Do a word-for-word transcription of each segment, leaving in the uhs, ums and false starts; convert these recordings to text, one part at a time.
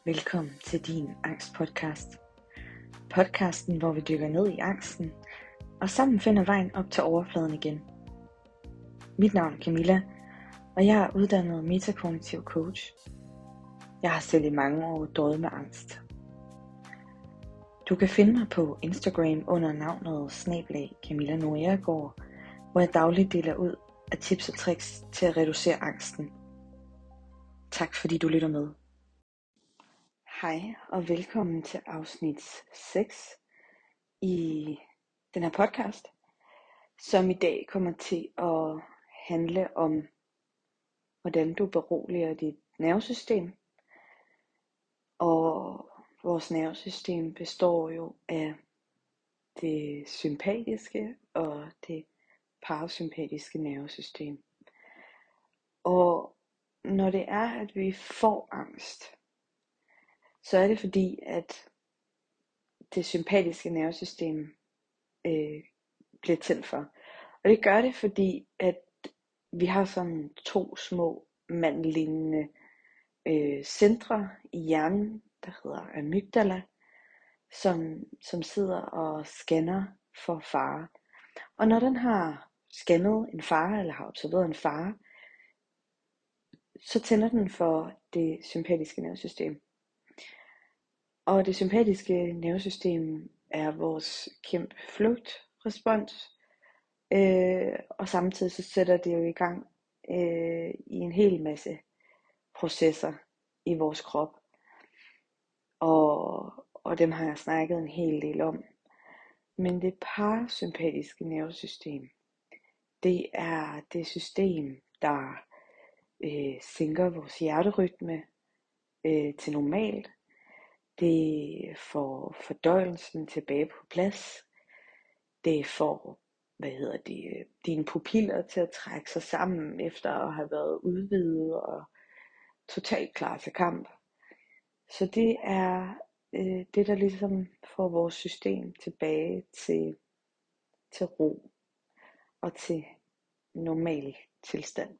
Velkommen til din angstpodcast. Podcasten, hvor vi dykker ned i angsten og sammen finder vejen op til overfladen igen. Mit navn er Camilla, og jeg er uddannet metakognitiv coach. Jeg har selv i mange år døjet med angst. Du kan finde mig på Instagram under navnet snabel-a Camilla Noergaard, hvor jeg dagligt deler ud af tips og tricks til at reducere angsten. Tak fordi du lytter med. Hej og velkommen til afsnit seks i den her podcast, som i dag kommer til at handle om, hvordan du beroliger dit nervesystem. Og vores nervesystem består jo af det sympatiske og det parasympatiske nervesystem. Og når det er, at vi får angst, så er det fordi, at det sympatiske nervesystem øh, bliver tændt for. Og det gør det, fordi at vi har sådan to små mandlignende øh, centre i hjernen, der hedder amygdala, som, som sidder og scanner for fare. Og når den har scannet en fare, eller har observeret en fare, så tænder den for det sympatiske nervesystem. Og det sympatiske nervesystem er vores kæmpe flugtrespons, øh, og samtidig så sætter det jo i gang øh, i en hel masse processer i vores krop. Og, og dem har jeg snakket en hel del om. Men det parasympatiske nervesystem, det er det system, der øh, sænker vores hjerterytme øh, til normalt. Det får fordøjelsen tilbage på plads. Det får, hvad hedder det, dine pupiller til at trække sig sammen efter at have været udvidet og totalt klar til kamp. Så det er øh, det, der ligesom får vores system tilbage til, til ro og til normal tilstand.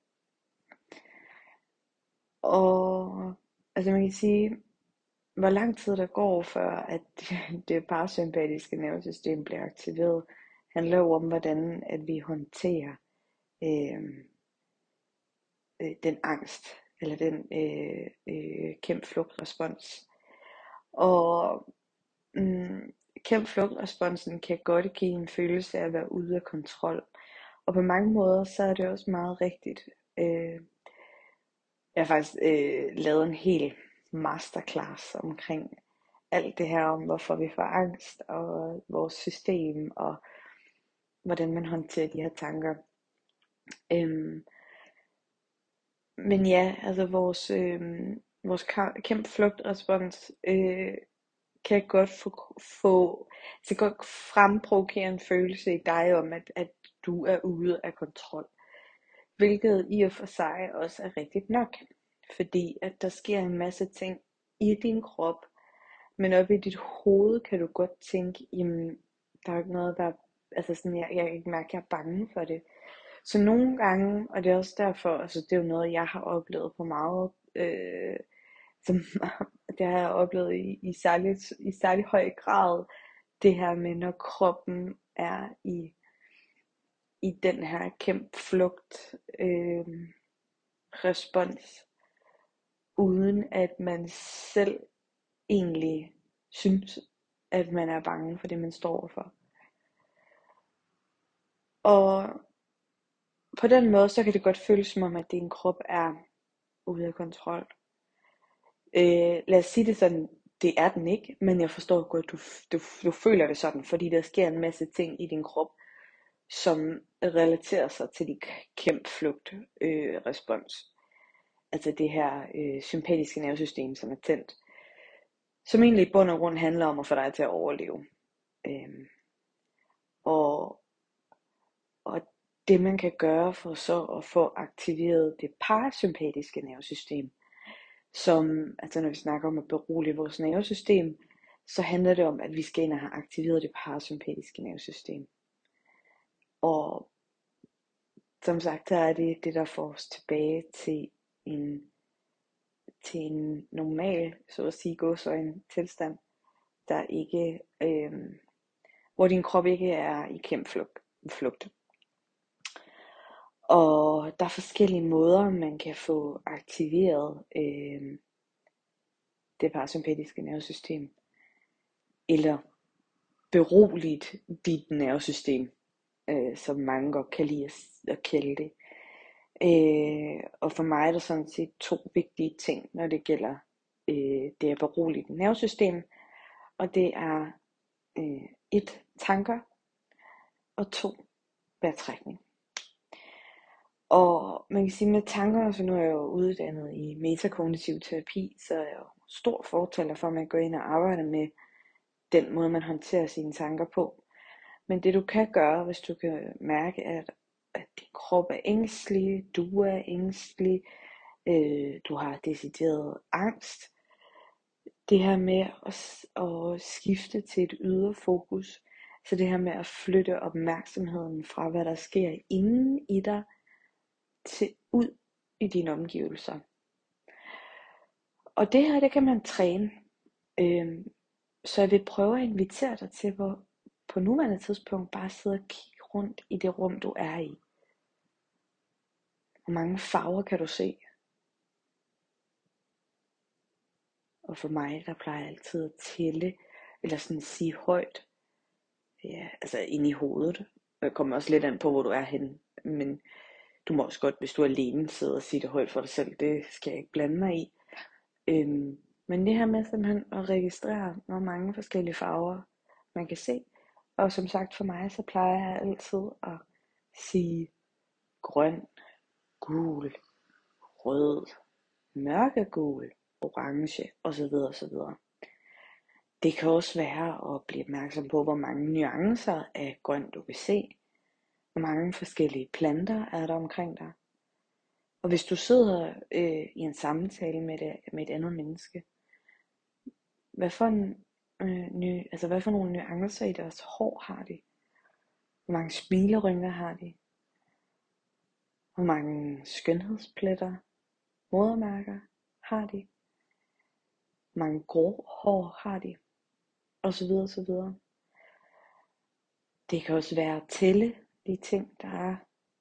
Og altså man kan sige, hvor lang tid der går før at det parasympatiske nervesystem bliver aktiveret, handler jo om, hvordan at vi håndterer øh, øh, den angst, eller den øh, øh, kæmpe flugtrespons. Og mm, kæmpe flugtresponsen kan godt give en følelse af at være ude af kontrol. Og på mange måder, så er det også meget rigtigt. Øh, jeg har faktisk øh, lavet en hel masterclass omkring alt det her om, hvorfor vi får angst, og vores system, og hvordan man håndterer de her tanker. Øhm, men ja, altså vores, øhm, vores kæmpe flugtrespons øh, kan godt få, få så godt fremprovokere en følelse i dig om, at, at du er ude af kontrol. Hvilket i og for sig også er rigtigt nok. Fordi at der sker en masse ting i din krop, men oppe i dit hoved kan du godt tænke, jamen, der er ikke noget, der, altså sådan, jeg, jeg kan ikke mærke, at jeg er bange for det. Så nogle gange, og det er også derfor, altså det er jo noget, jeg har oplevet på meget, øh, som, det har jeg oplevet i, i, særlig, i særlig høj grad, det her med, når kroppen er i, i den her kæmpe flugt øh, respons, uden at man selv egentlig synes, at man er bange for det, man står for. Og på den måde, så kan det godt føles som om, at din krop er ude af kontrol. Øh, lad os sige det sådan, det er den ikke, men jeg forstår godt, du, du, du føler det sådan, fordi der sker en masse ting i din krop, som relaterer sig til dit kæmpe flugt øh, respons. Altså det her øh, sympatiske nervesystem, som er tændt. Som egentlig i bund og grund handler om at få dig til at overleve. Øhm, og, og det man kan gøre for så at få aktiveret det parasympatiske nervesystem, som, altså når vi snakker om at berolige vores nervesystem, så handler det om, at vi skal ind og have aktiveret det parasympatiske nervesystem. Og som sagt, så er det det, der får os tilbage til en, til en normal, så at sige, gåsøjne tilstand, der ikke, øh, hvor din krop ikke er i kæmpe flugt. flugt. Og der er forskellige måder, man kan få aktiveret øh, det parasympatiske nervesystem, eller beroliget dit nervesystem, øh, som mange godt kan lide at kalde det. Øh, og for mig er der sådan set to vigtige ting, når det gælder øh, det at berolige dit nervesystem, og det er øh, et, tanker, og to, vejrtrækning. Og man kan sige med tankerne, så nu er jeg jo uddannet i metakognitiv terapi, så er jeg jo stor fortaler for, at man går ind og arbejder med den måde, man håndterer sine tanker på. Men det du kan gøre, hvis du kan mærke, at, at din krop er ængstelig, du er ængstelig, øh, du har decideret angst, det her med at, at skifte til et ydre fokus, så det her med at flytte opmærksomheden fra, hvad der sker inde i dig, til ud i dine omgivelser. Og det her, det kan man træne. Øhm, så jeg vil prøve at invitere dig til, hvor på nuværende tidspunkt bare sidde og kigge rundt i det rum, du er i. Hvor mange farver kan du se? Og for mig, der plejer jeg altid at tælle, eller sådan sige højt, ja, altså ind i hovedet. Jeg kommer også lidt an på, hvor du er henne. Men du må også godt, hvis du er alene, sidde og sige det højt for dig selv. Det skal jeg ikke blande mig i. Øhm, men det her med simpelthen at registrere, hvor mange forskellige farver man kan se. Og som sagt for mig, så plejer jeg altid at sige grøn, gul, rød, mørkegul, orange osv. osv. Det kan også være at blive opmærksom på, hvor mange nuancer af grøn du kan se. Hvor mange forskellige planter er der omkring dig. Og hvis du sidder øh, i en samtale med, det, med et andet menneske, hvad for, en, øh, ny, altså hvad for nogle nuancer i deres hår har de? Hvor mange smilerynker har de? Hvor mange skønhedspletter, modermærker har de? Hvor mange grå hår har de? Og så videre, så videre. Det kan også være at tælle de ting, der er.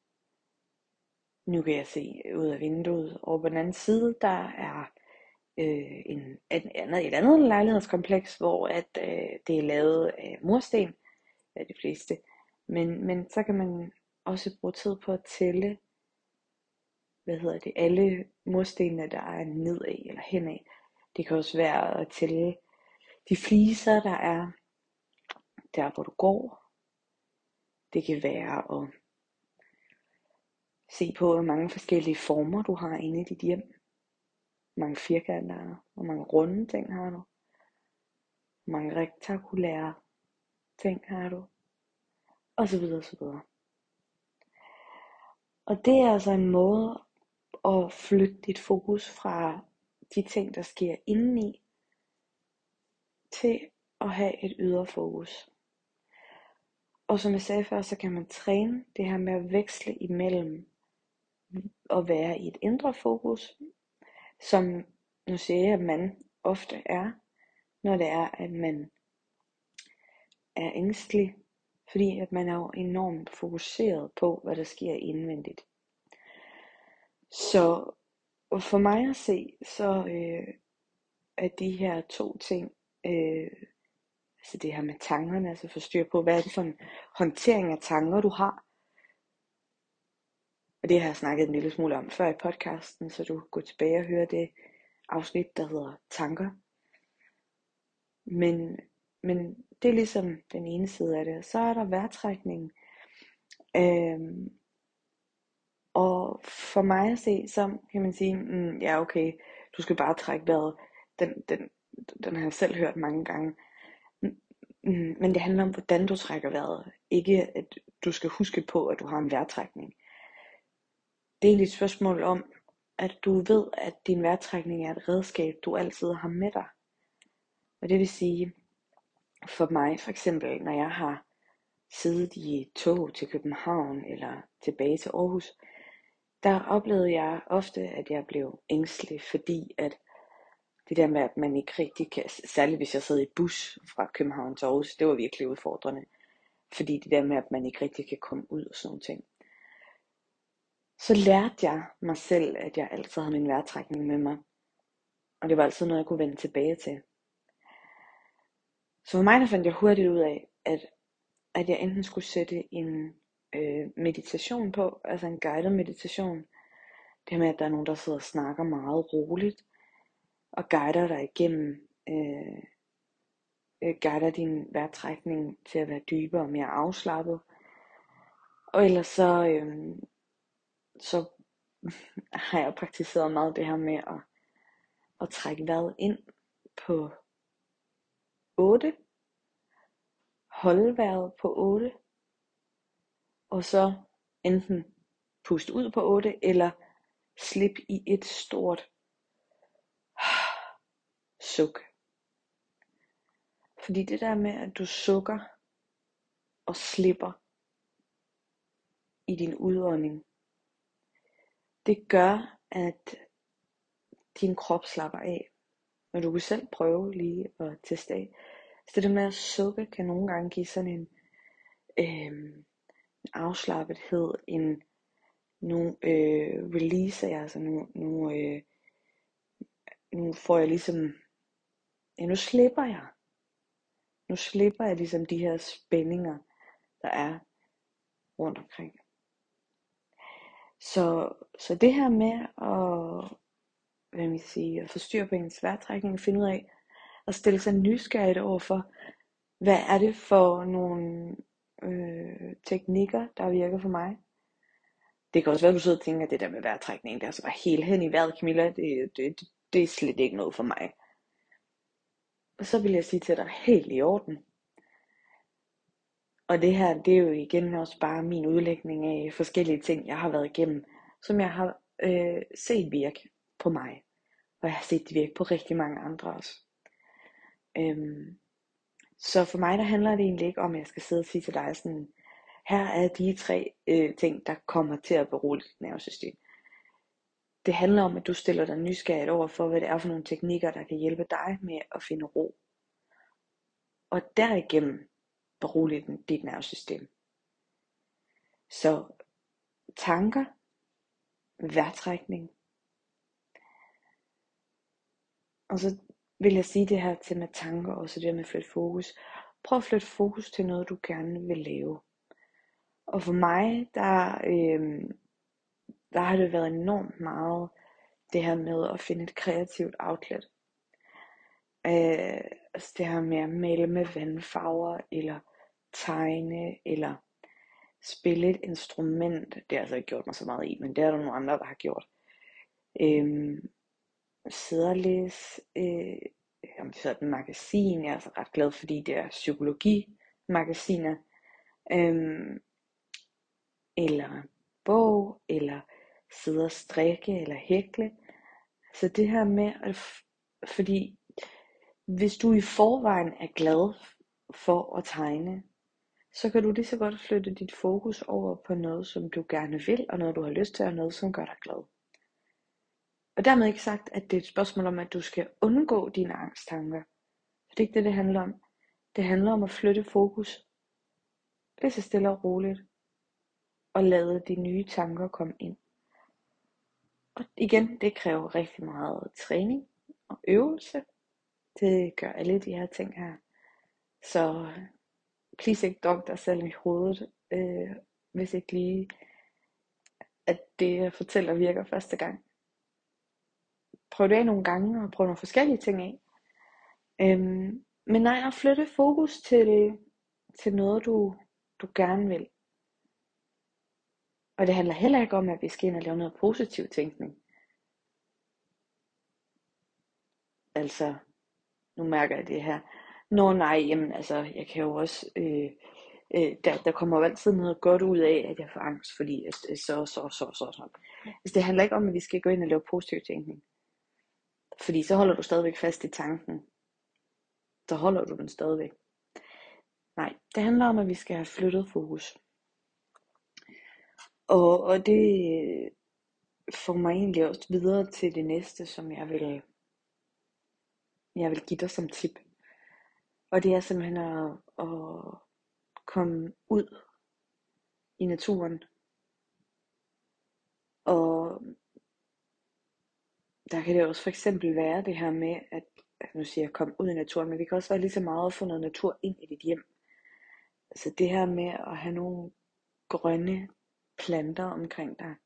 Nu kan jeg se ud af vinduet, og på den anden side, der er øh, en, et, andet, et andet lejlighedskompleks, hvor at, øh, det er lavet af mursten, ja, de fleste. Men, men så kan man også bruge tid på at tælle, hvad hedder det, alle murstenene, der er nedad eller henad. Det kan også være at tælle de fliser, der er der, hvor du går. Det kan være at se på, hvor mange forskellige former du har inde i dit hjem. Hvor mange firkanter er der? Hvor mange runde ting har du? Hvor mange rektakulære ting har du? Og så videre, så videre. Og det er altså en måde at flytte dit fokus fra de ting, der sker indeni, til at have et ydre fokus. Og som jeg sagde før, så kan man træne det her med at veksle imellem at være i et indre fokus, som nu siger jeg, at man ofte er, når det er, at man er ængstelig, fordi at man er jo enormt fokuseret på, hvad der sker indvendigt. Så for mig at se, så øh, er de her to ting, øh, altså det her med tankerne, altså få styr på, hvad er det for en håndtering af tanker, du har. Og det har jeg snakket en lille smule om før i podcasten, så du kan gå tilbage og høre det afsnit, der hedder tanker. Men, men det er ligesom den ene side af det. Så er der vejrtrækning. Øhm, og for mig at se, så kan man sige, mm, ja okay, du skal bare trække vejret. Den, den, den har jeg selv hørt mange gange. Mm, men det handler om, hvordan du trækker vejret. Ikke at du skal huske på, at du har en vejrtrækning. Det er egentlig et spørgsmål om, at du ved, at din vejrtrækning er et redskab, du altid har med dig. Og det vil sige, for mig for eksempel, når jeg har siddet i et tog til København eller tilbage til Aarhus, der oplevede jeg ofte, at jeg blev ængstelig, fordi at Det der med, at man ikke rigtig kan, særligt hvis jeg sad i bus fra København til Aarhus, det var virkelig udfordrende. Fordi det der med, at man ikke rigtig kan komme ud og sådan nogle ting. Så lærte jeg mig selv, at jeg altid havde min vejrtrækning med mig. Og det var altid noget, jeg kunne vende tilbage til. Så for mig der fandt jeg hurtigt ud af, at, at jeg enten skulle sætte en øh, meditation på, altså en guided meditation. Det her med, at der er nogen, der sidder og snakker meget roligt, og guider dig igennem, øh, øh, guider din vejrtrækning til at være dybere og mere afslappet. Og ellers så, øh, så har jeg praktiseret meget det her med at, at trække vejret ind på otte, holde vejret på otte, og så enten puste ud på otte, eller slip i et stort suk. Fordi det der med, at du sukker og slipper i din udånding, det gør, at din krop slapper af. Og du kan selv prøve lige at teste af. Så det med at sukke kan nogle gange give sådan en, øh, en afslappethed, en nu øh, releaser jeg, altså nu, nu, øh, nu får jeg ligesom, ja nu slipper jeg. Nu slipper jeg ligesom de her spændinger, der er rundt omkring. Så, så det her med at, hvad man sige, at få styr på ens vejrtrækning, finde ud af, at stille sig nysgerrigt over for, hvad er det for nogle øh, teknikker, der virker for mig. Det kan også være, at du sidder og tænker, at det der med vejrtrækning, det er altså bare helt hen i vejret, Camilla, det, det, det, det er slet ikke noget for mig. Og så vil jeg sige til dig, helt i orden. Og det her, det er jo igen også bare min udlægning af forskellige ting, jeg har været igennem, som jeg har øh, set virke på mig. Og jeg har set det virke på rigtig mange andre også. Øhm, så for mig, der handler det egentlig ikke om, at jeg skal sidde og sige til dig sådan, her er de tre øh, ting, der kommer til at berolige dit nervesystem. Det handler om, at du stiller dig nysgerrigt over for, hvad det er for nogle teknikker, der kan hjælpe dig med at finde ro. Og derigennem berolige dit nervesystem. Så tanker, vejrtrækning. Og så vil jeg sige det her til med tanker, og så det her med at flytte fokus. Prøv at flytte fokus til noget, du gerne vil lave. Og for mig, der, øh, der har det været enormt meget det her med at finde et kreativt outlet. Øh, altså det her med at male med vandfarver, eller tegne, eller spille et instrument. Det har jeg altså ikke gjort mig så meget i, men det er der nogle andre, der har gjort. Øh, sidde og læse øh, om det er et magasin. Jeg er altså ret glad, fordi det er psykologi-magasiner. Øh, eller bog, eller sidde og strikke, eller hækle. Så det her med, at fordi hvis du i forvejen er glad for at tegne, så kan du lige så godt flytte dit fokus over på noget, som du gerne vil, og noget du har lyst til, og noget som gør dig glad. Og dermed ikke sagt, at det er et spørgsmål om, at du skal undgå dine angsttanker. For det er ikke det, det handler om. Det handler om at flytte fokus lige så stille og roligt, og lade de nye tanker komme ind. Og igen, det kræver rigtig meget træning og øvelse. Det gør alle de her ting her. Så please ikke dog dig selv i hovedet, øh, hvis ikke lige, at det jeg fortæller virker første gang. Prøv det af nogle gange, og prøv nogle forskellige ting af. Øhm, men nej, at flytte fokus til, til noget, du, du gerne vil. Og det handler heller ikke om, at vi skal ind og lave noget positiv tænkning. Altså, nu mærker jeg det her. Nå nej, jamen altså, jeg kan jo også, øh, øh, der, der kommer jo altid noget godt ud af, at jeg får angst, fordi at, så, så, så, så, så. Altså, det handler ikke om, at vi skal gå ind og lave positiv tænkning. Fordi så holder du stadigvæk fast i tanken. Så holder du den stadigvæk. Nej, det handler om, at vi skal have flyttet fokus. Og, og det får mig egentlig også videre til det næste, som jeg vil jeg vil give dig som tip. Og det er simpelthen at, at komme ud i naturen. Og der kan det også for eksempel være det her med, at nu siger jeg komme ud i naturen, men det kan også være lige så meget at få noget natur ind i dit hjem. Altså det her med at have nogle grønne planter omkring dig,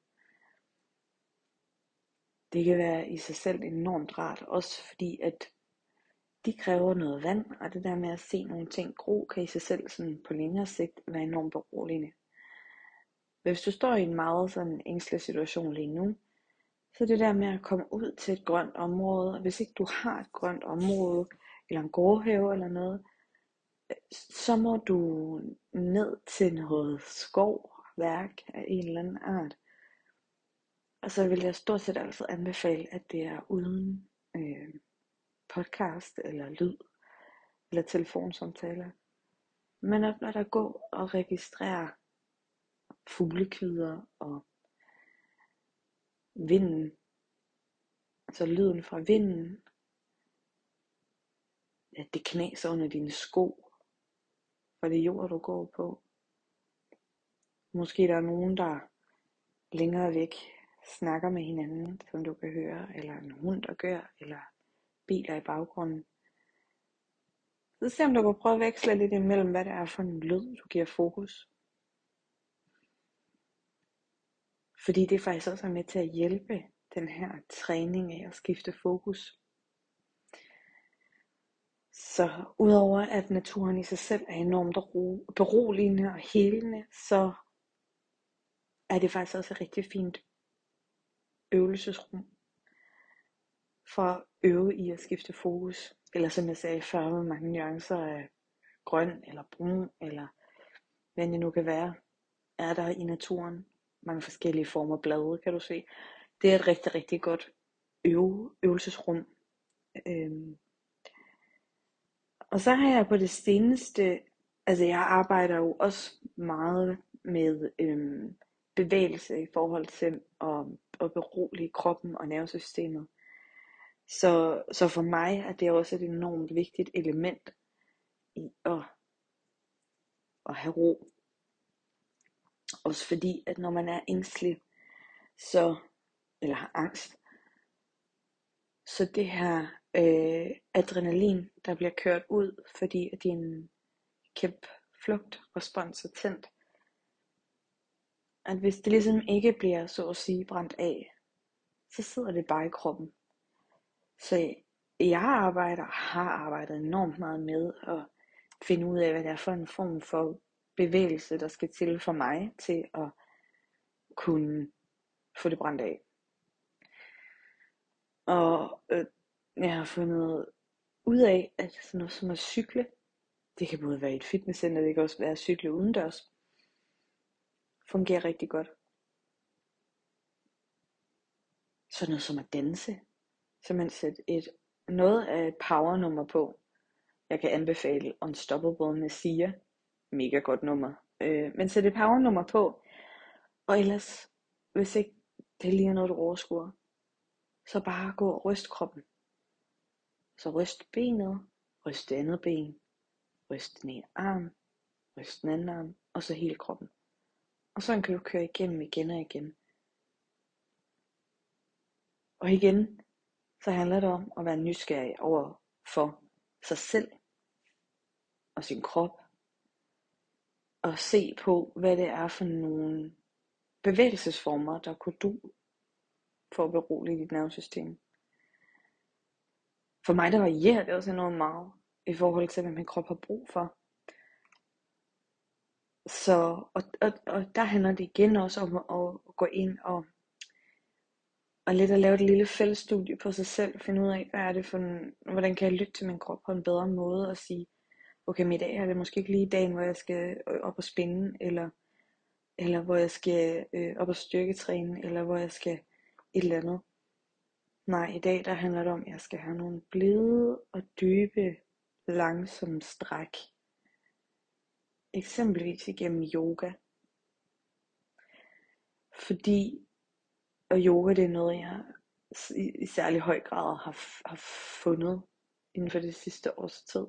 det kan være i sig selv enormt rart, også fordi at de kræver noget vand, og det der med at se nogle ting gro, kan i sig selv sådan på længere sigt være enormt beroligende. Men hvis du står i en meget sådan ængstelig situation lige nu, så det der med at komme ud til et grønt område, og hvis ikke du har et grønt område, eller en gårdhave eller noget, så må du ned til noget skovværk af en eller anden art. Og så vil jeg stort set altid anbefale, at det er uden øh, podcast eller lyd eller telefonsamtaler. Men at lade dig gå og registrere fuglekvider og vinden, altså lyden fra vinden, at det knæser under dine sko, for det jord du går på. Måske der er nogen, der længere væk snakker med hinanden, som du kan høre, eller en hund, der gør, eller biler i baggrunden. Så se om du kan prøve at veksle lidt imellem, hvad det er for en lyd, du giver fokus. Fordi det faktisk også er med til at hjælpe den her træning af at skifte fokus. Så udover at naturen i sig selv er enormt ro, beroligende og helende, så er det faktisk også et rigtig fint øvelsesrum for at øve i at skifte fokus. Eller som jeg sagde før, med mange nuancer af grøn eller brun, eller hvad det nu kan være, er der i naturen. Mange forskellige former blade, kan du se. Det er et rigtig, rigtig godt øve, øvelsesrum. Øhm. Og så har jeg på det seneste, altså jeg arbejder jo også meget med øhm, bevægelse i forhold til at, at berolige kroppen og nervesystemet. Så, så for mig er det også et enormt vigtigt element i at, at have ro. Også fordi, at når man er ængstelig, så, eller har angst, så det her øh, adrenalin, der bliver kørt ud, fordi at din kæmpe flugtrespons er tændt, at hvis det ligesom ikke bliver, så at sige, brændt af, så sidder det bare i kroppen. Så jeg arbejder, har arbejdet enormt meget med at finde ud af, hvad det er for en form for bevægelse, der skal til for mig, til at kunne få det brændt af. Og øh, jeg har fundet ud af, at sådan noget som at cykle, det kan både være i et fitnesscenter, det kan også være at cykle udendørs, fungerer rigtig godt. Sådan noget som at danse, simpelthen sætte et, noget af et powernummer på. Jeg kan anbefale Unstoppable med Sia, mega godt nummer. Øh, men sæt et powernummer på, og ellers, hvis ikke det lige er noget, du overskuer, så bare gå og ryst kroppen. Så ryst benet, ryst det andet ben, ryst den ene arm, ryst den anden arm, og så hele kroppen. Og så kan du køre igennem igen og igen. Og igen, så handler det om at være nysgerrig over for sig selv og sin krop. Og se på, hvad det er for nogle bevægelsesformer, der kunne du for at berolige dit nervesystem. For mig der varierer det også enormt meget i forhold til, hvad min krop har brug for. Så, og, og, og der handler det igen også om at, at gå ind og, og lidt at lave et lille fællesstudie på sig selv. Finde ud af, hvad er det for en, hvordan kan jeg lytte til min krop på en bedre måde. Og sige, okay, men i dag er det måske ikke lige dagen, hvor jeg skal op og spinde. Eller, eller hvor jeg skal øh, op og styrketræne. Eller hvor jeg skal et eller andet. Nej, i dag der handler det om, at jeg skal have nogle blide og dybe, langsomme stræk. Eksempelvis igennem yoga. Fordi, og yoga det er noget, jeg i, i særlig høj grad har, har fundet inden for det sidste års tid.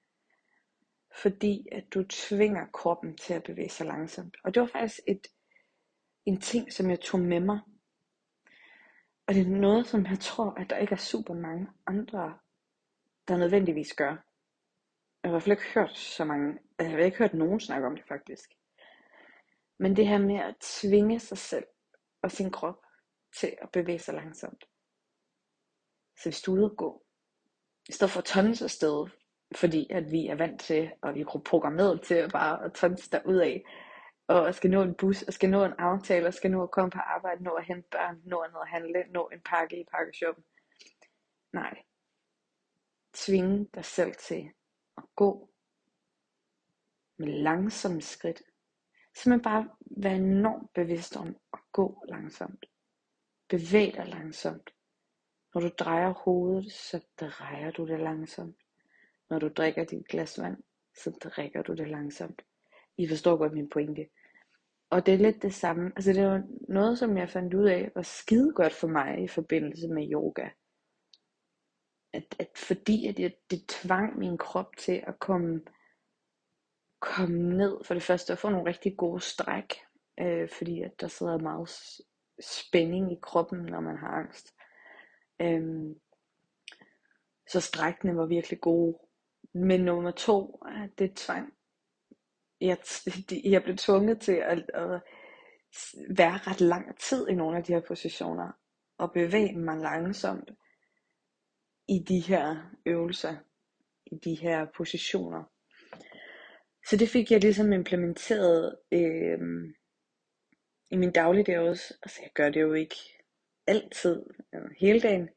Fordi at du tvinger kroppen til at bevæge sig langsomt. Og det var faktisk et, en ting, som jeg tog med mig. Og det er noget, som jeg tror, at der ikke er super mange andre, der nødvendigvis gør. Jeg har i hvert fald ikke hørt så mange, jeg har ikke hørt nogen snakke om det faktisk. Men det her med at tvinge sig selv og sin krop til at bevæge sig langsomt. Så hvis du er ude at gå, i stedet for at tonse afsted, fordi at vi er vant til, og vi er programmeret til at bare at tonse derudad, og skal nå en bus, og skal nå en aftale, og skal nå at komme på arbejde, nå at hente børn, nå at nå at handle, nå en pakke i pakkeshoppen. Nej. Tvinge dig selv til at gå med langsomme skridt. Simpelthen bare være enormt bevidst om at gå langsomt. Bevæg dig langsomt. Når du drejer hovedet, så drejer du det langsomt. Når du drikker dit glas vand, så drikker du det langsomt. I forstår godt min pointe. Og det er lidt det samme. Altså det var noget, som jeg fandt ud af, var skide godt for mig i forbindelse med yoga. At, at fordi at jeg, det tvang min krop til at komme, komme ned. For det første at få nogle rigtig gode stræk. Øh, fordi at der sidder meget spænding i kroppen, når man har angst. Øh, så strækkene var virkelig gode. Men nummer to, det tvang. Jeg, jeg blev tvunget til at, at være ret lang tid i nogle af de her positioner. Og bevæge mig langsomt i de her øvelser. I de her positioner. Så det fik jeg ligesom implementeret øh, i min dagligdag også. Altså jeg gør det jo ikke altid, hele dagen.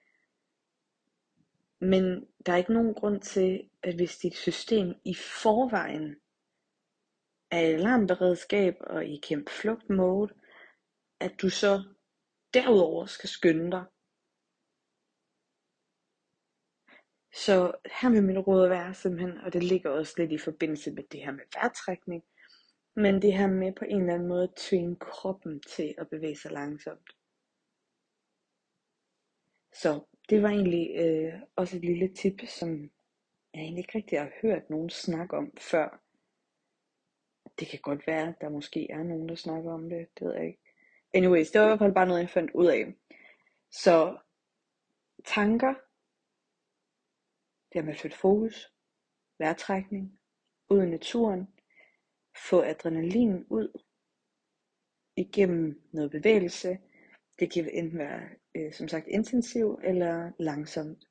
Men der er ikke nogen grund til, at hvis dit system i forvejen er i alarmberedskab og i kæmpe flugt mode, at du så derudover skal skynde dig. Så her vil min råd være simpelthen, og det ligger også lidt i forbindelse med det her med vejrtrækning, men det her med på en eller anden måde at tvinge kroppen til at bevæge sig langsomt. Så det var egentlig øh, også et lille tip, som jeg egentlig ikke rigtig har hørt nogen snakke om før. Det kan godt være, at der måske er nogen, der snakker om det, det ved jeg ikke. Anyways, det var i hvert fald bare noget, jeg fandt ud af. Så tanker, det er med at flytte fokus, vejrtrækning, ud i naturen, få adrenalin ud igennem noget bevægelse. Det kan enten være, øh, som sagt, intensiv eller langsomt.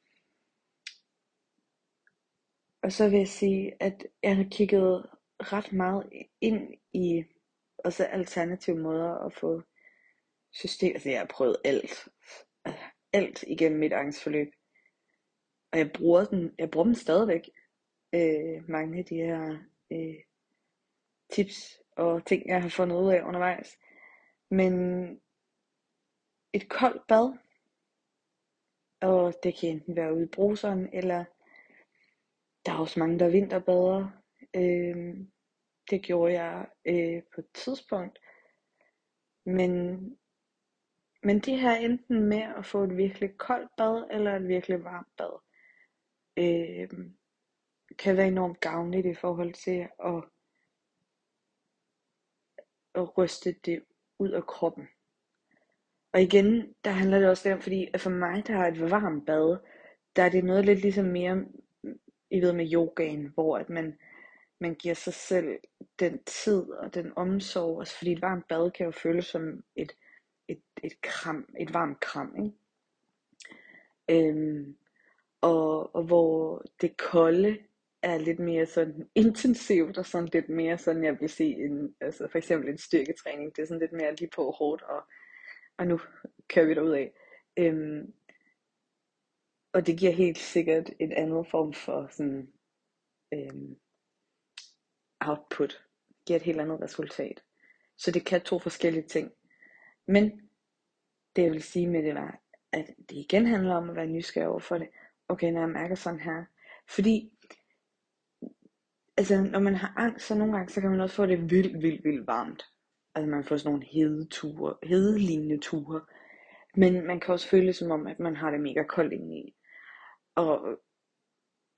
Og så vil jeg sige, at jeg har kigget ret meget ind i også alternative måder at få system. Altså jeg har prøvet alt, alt igennem mit angstforløb. Og jeg bruger den, jeg bruger dem stadigvæk. Øh, mange af de her øh, tips og ting, jeg har fundet ud af undervejs. Men et koldt bad, og det kan enten være ude i bruseren, eller der er også mange, der vinterbader. Øh, det gjorde jeg øh, på et tidspunkt. Men, men det her enten med at få et virkelig koldt bad, eller et virkelig varmt bad, øh, kan være enormt gavnligt i forhold til at, at ryste det ud af kroppen. Og igen, der handler det også om, fordi for mig, der er et varmt bad, der er det noget lidt ligesom mere, I ved med yogaen, hvor at man, man giver sig selv den tid og den omsorg, altså fordi et varmt bad kan jo føles som et, et, et kram, et varmt kram, ikke? Øhm, og, og hvor det kolde er lidt mere sådan intensivt, og sådan lidt mere sådan, jeg vil sige, en, altså for eksempel en styrketræning, det er sådan lidt mere lige på hårdt, og, og nu kører vi derud af. Øhm, og det giver helt sikkert et andet form for sådan øhm, output, det giver et helt andet resultat. Så det kan to forskellige ting. Men det jeg vil sige med det var, at det igen handler om at være nysgerrig over for det. Okay, når jeg mærker sådan her. Fordi, altså når man har angst, så nogle gange, så kan man også få det vildt, vildt, vildt varmt. Altså man får sådan nogle hedeture, hedelignende ture. Men man kan også føle det som om, at man har det mega koldt indeni. Og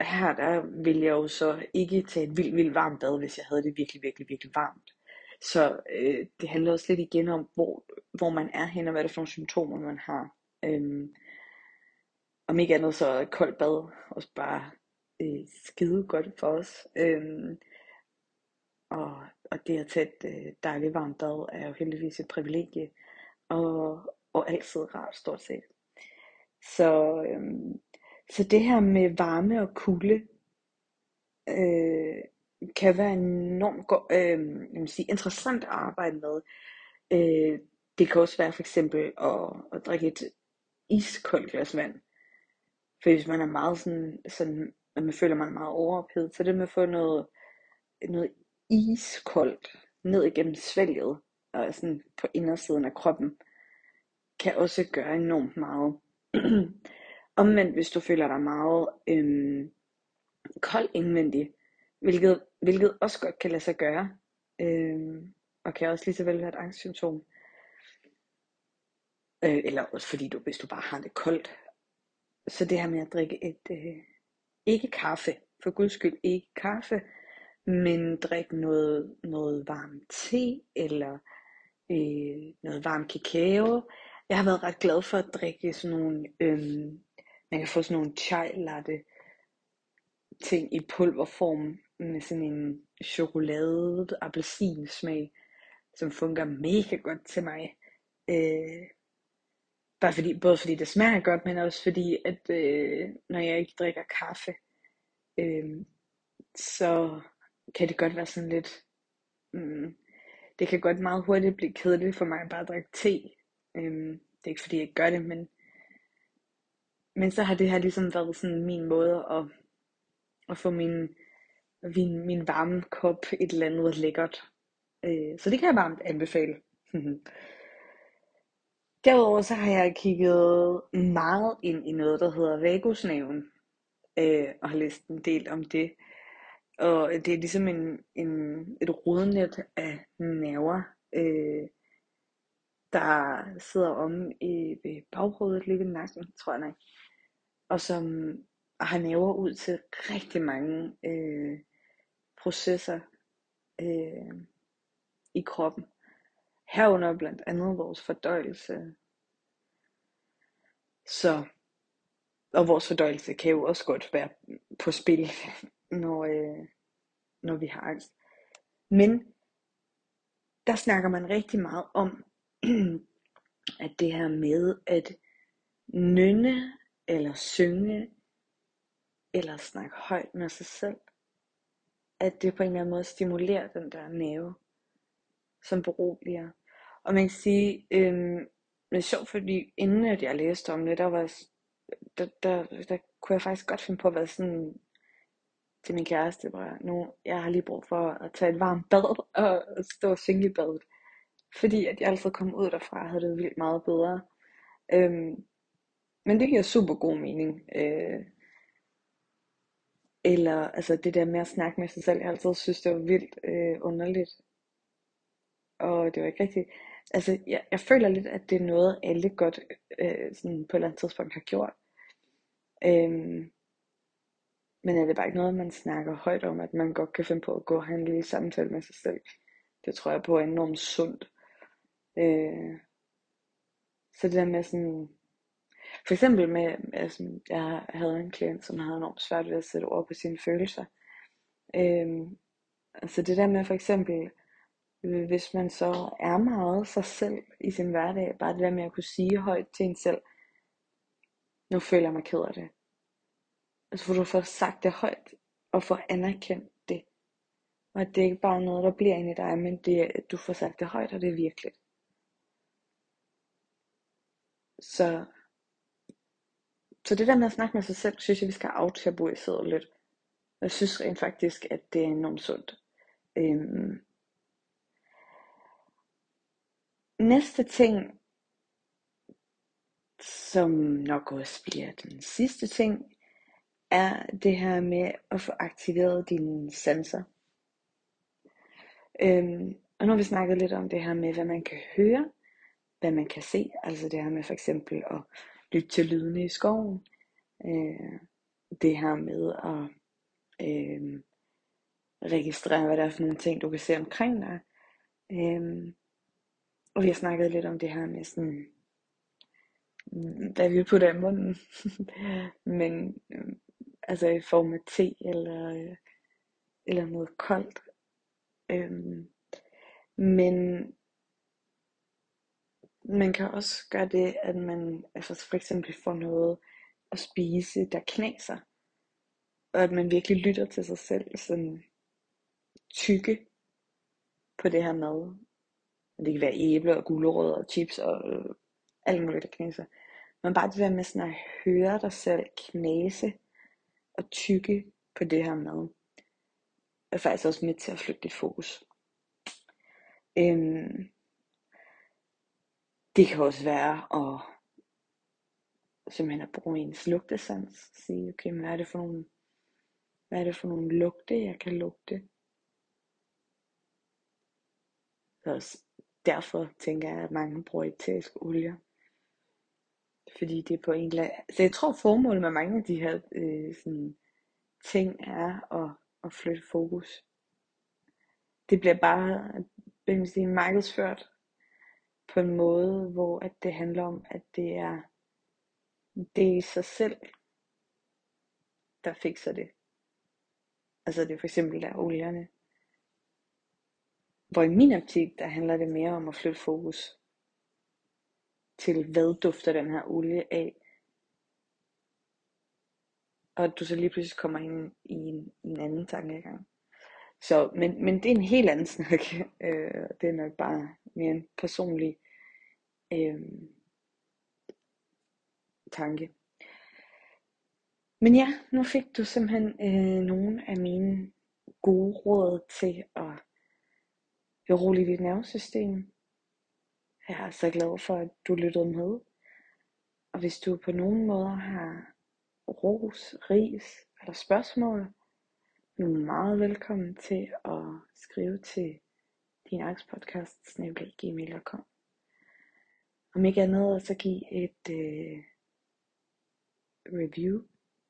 her der vil jeg jo så ikke tage et vildt, vildt varmt bad, hvis jeg havde det virkelig, virkelig, virkelig varmt. Så øh, det handler også lidt igen om, hvor, hvor man er henne, og hvad det er for nogle symptomer, man har. Øhm, om ikke andet så er et koldt bad også bare øh, skide godt for os. Øhm, og, og det at tage et øh, dejligt varmt bad er jo heldigvis et privilegie, og, og altid rart stort set. Så, øhm, så det her med varme og kulde øh, kan være enormt go- øh, jeg vil sige, interessant at arbejde med. Øh, det kan også være for eksempel at, at drikke et iskoldt glas vand. For hvis man er meget sådan, sådan at man føler man er meget overophedet, så det med at få noget, noget iskoldt ned igennem svælget og sådan på indersiden af kroppen, kan også gøre enormt meget. Omvendt hvis du føler dig meget øhm, kold indvendig, hvilket, hvilket også godt kan lade sig gøre, øhm, og kan også lige så vel være et angstsymptom, øh, eller også fordi du, hvis du bare har det koldt. Så det her med at drikke et, øh, ikke kaffe, for guds skyld ikke kaffe, men drik noget, noget varm te, eller øh, noget varm kakao. Jeg har været ret glad for at drikke sådan nogle, øh, man kan få sådan nogle chai latte ting i pulverform, med sådan en chokoladet appelsinsmag, som fungerer mega godt til mig. Øh, bare fordi, både fordi det smager godt, men også fordi, at øh, når jeg ikke drikker kaffe, øh, så kan det godt være sådan lidt, mm, det kan godt meget hurtigt blive kedeligt for mig bare at drikke te. Øhm, det er ikke fordi jeg ikke gør det, men, men så har det her ligesom været sådan min måde at, at få min, min, min varme kop et eller andet lækkert. Øh, så det kan jeg varmt anbefale. Derudover så har jeg kigget meget ind i noget, der hedder vagusnerven, øh, og har læst en del om det. Og det er ligesom en, en, et rodnet af nerver, øh, der sidder om i ved baghovedet, lige ved nakken, tror jeg nok. Og som har nerver ud til rigtig mange øh, processer øh, i kroppen. Herunder blandt andet vores fordøjelse. Så, og vores fordøjelse kan jo også godt være på spil, når, øh, når vi har angst. Men der snakker man rigtig meget om, at det her med at nynne eller synge eller snakke højt med sig selv, at det på en eller anden måde stimulerer den der nerve, som beroliger. Og man kan sige, øhm, det er sjovt, fordi inden at jeg læste om det, der, var, der, der, der kunne jeg faktisk godt finde på at være sådan til min kæreste, bare, nu, jeg har lige brug for at tage et varmt bad og stå og synge i badet. Fordi at jeg altid kom ud derfra og havde det vildt meget bedre. Øhm, men det giver super god mening. Øh, eller altså det der med at snakke med sig selv, jeg har altid synes det var vildt øh, underligt. Og det var ikke rigtigt. Altså jeg, jeg føler lidt, at det er noget alle godt øh, sådan på et eller andet tidspunkt har gjort. Øhm, men er det bare ikke noget, man snakker højt om, at man godt kan finde på at gå og have en lille samtale med sig selv. Det tror jeg på er enormt sundt. Øh, så det der med sådan, for eksempel med, altså, jeg havde en klient, som havde enormt svært ved at sætte ord på sine følelser. Øhm, altså det der med for eksempel, øh, hvis man så er meget sig selv i sin hverdag, bare det der med at kunne sige højt til en selv, nu føler jeg mig ked af det. Altså hvor du får sagt det højt, og får anerkendt det. Og at det ikke bare er noget, der bliver inde i dig, men det er, at du får sagt det højt, og det er virkeligt. Så, så det der med at snakke med sig selv, synes jeg, vi skal aftabuisere lidt. Jeg synes rent faktisk, at det er enormt sundt. Øhm. Næste ting, som nok også bliver den sidste ting, er det her med at få aktiveret dine sanser. Øhm, og nu har vi snakket lidt om det her med, hvad man kan høre, hvad man kan se. Altså det her med for eksempel at lytte til lydene i skoven. Øh, det her med at øh, registrere, hvad der er for nogle ting, du kan se omkring dig. Øh, og vi har snakket lidt om det her med sådan, hvad vi putter i munden. Men øh, altså i form af te eller, øh, eller noget koldt. Øh, men man kan også gøre det, at man altså for eksempel får noget at spise, der knaser. Og at man virkelig lytter til sig selv, sådan tykke på det her mad. Det kan være æbler og gulerødder og chips og øh, alt muligt, der knaser. Men bare det der med sådan at høre dig selv knase og tykke på det her mad, er faktisk også med til at flytte dit fokus. Øhm, det kan også være at simpelthen at bruge ens lugtesans. Sige, okay, hvad er det for nogle, hvad er det for nogle lugte, jeg kan lugte? Så derfor tænker jeg, at mange bruger eterisk olie. Fordi det er på en eller anden... Så jeg tror formålet med mange af de her øh, sådan, ting er at, at flytte fokus. Det bliver bare, hvad man sige, markedsført på en måde, hvor at det handler om, at det er det i sig selv, der fikser det. Altså det er for eksempel der olierne. Hvor i min optik, der handler det mere om at flytte fokus til, hvad dufter den her olie af. Og at du så lige pludselig kommer ind i en, i en anden tankegang. Så, men, men det er en helt anden snak. øh, det er nok bare mere en personlig øh, tanke. Men ja, nu fik du simpelthen øh, nogle af mine gode råd til at berolige dit nervesystem. Jeg er så glad for, at du lyttede med. Og hvis du på nogen måde har ros, ris eller spørgsmål, er du meget velkommen til at skrive til din angstpodcast snabel-a gmail punktum com. Om ikke andet, så giv et øh, review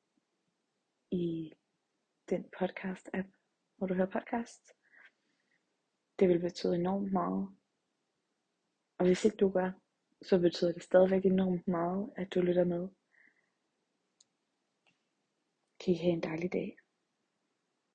i den podcast-app, hvor du hører podcast. Det vil betyde enormt meget. Og hvis ikke du gør, så betyder det stadigvæk enormt meget, at du lytter med. Kan I have en dejlig dag.